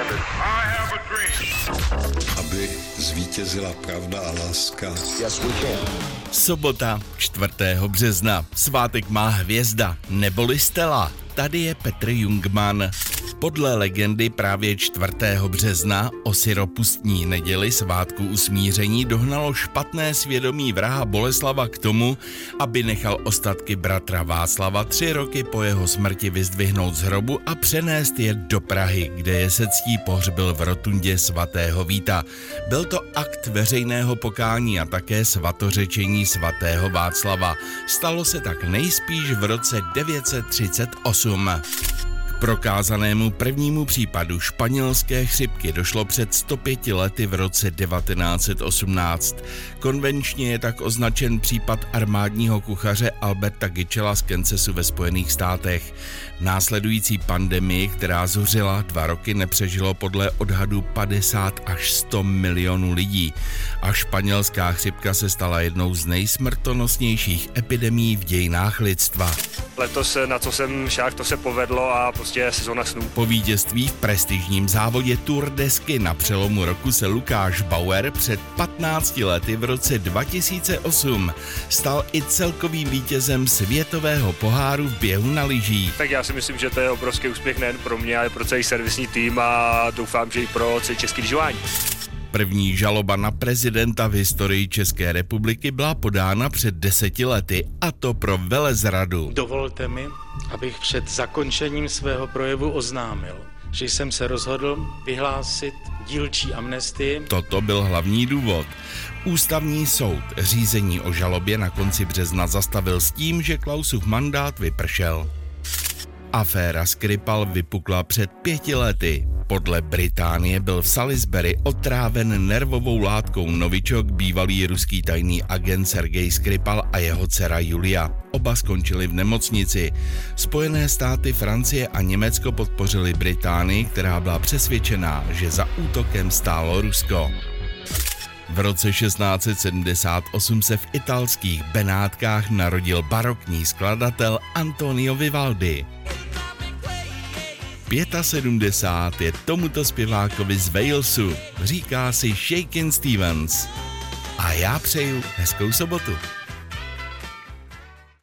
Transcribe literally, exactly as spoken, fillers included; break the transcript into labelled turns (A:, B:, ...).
A: Aby zvítězila pravda a láska.
B: Yes, we can.
C: Sobota, čtvrtého března. Svátek má hvězda, neboli Stella. Tady je Petr Jungmann. Podle legendy právě čtvrtého března o syropustní neděli svátku usmíření dohnalo špatné svědomí vraha Boleslava k tomu, aby nechal ostatky bratra Václava tři roky po jeho smrti vyzdvihnout z hrobu a přenést je do Prahy, kde je se ctí pohřbil v rotundě svatého Víta. Byl to akt veřejného pokání a také svatořečení svatého Václava. Stalo se tak nejspíš v roce devět set třicet osm. K prokázanému prvnímu případu španělské chřipky došlo před sto pěti lety v roce devatenáct set osmnáct. Konvenčně je tak označen případ armádního kuchaře Alberta Gichela z Kansasu ve Spojených státech. Následující pandemii, která zuřila dva roky, nepřežilo podle odhadu padesát až sto milionů lidí. A španělská chřipka se stala jednou z nejsmrtonosnějších epidemií v dějinách lidstva.
D: Letos, na co jsem šák, to se povedlo a prostě sezóna snů.
C: Po vítězství v prestižním závodě Tour de Ski na přelomu roku se Lukáš Bauer před patnácti lety v roce dva tisíce osm stal i celkovým vítězem světového poháru v běhu na lyžích.
D: Tak já si myslím, že to je obrovský úspěch nejen pro mě, ale pro celý servisní tým a doufám, že i pro celý český lyžování.
C: První žaloba na prezidenta v historii České republiky byla podána před deseti lety, a to pro velezradu.
E: Dovolte mi, abych před zakončením svého projevu oznámil, že jsem se rozhodl vyhlásit dílčí amnestii.
C: Toto byl hlavní důvod. Ústavní soud řízení o žalobě na konci března zastavil s tím, že Klausův mandát vypršel. Aféra Skripal vypukla před pěti lety. Podle Británie byl v Salisbury otráven nervovou látkou novičok bývalý ruský tajný agent Sergej Skripal a jeho dcera Julia. Oba skončili v nemocnici. Spojené státy, Francie a Německo podpořili Británii, která byla přesvědčená, že za útokem stálo Rusko. V roce šestnáct set sedmdesát osm se v italských Benátkách narodil barokní skladatel Antonio Vivaldi. sedmdesát pět je tomuto zpěvákovi z Walesu, říká si Shakin' Stevens. A já přeju hezkou sobotu.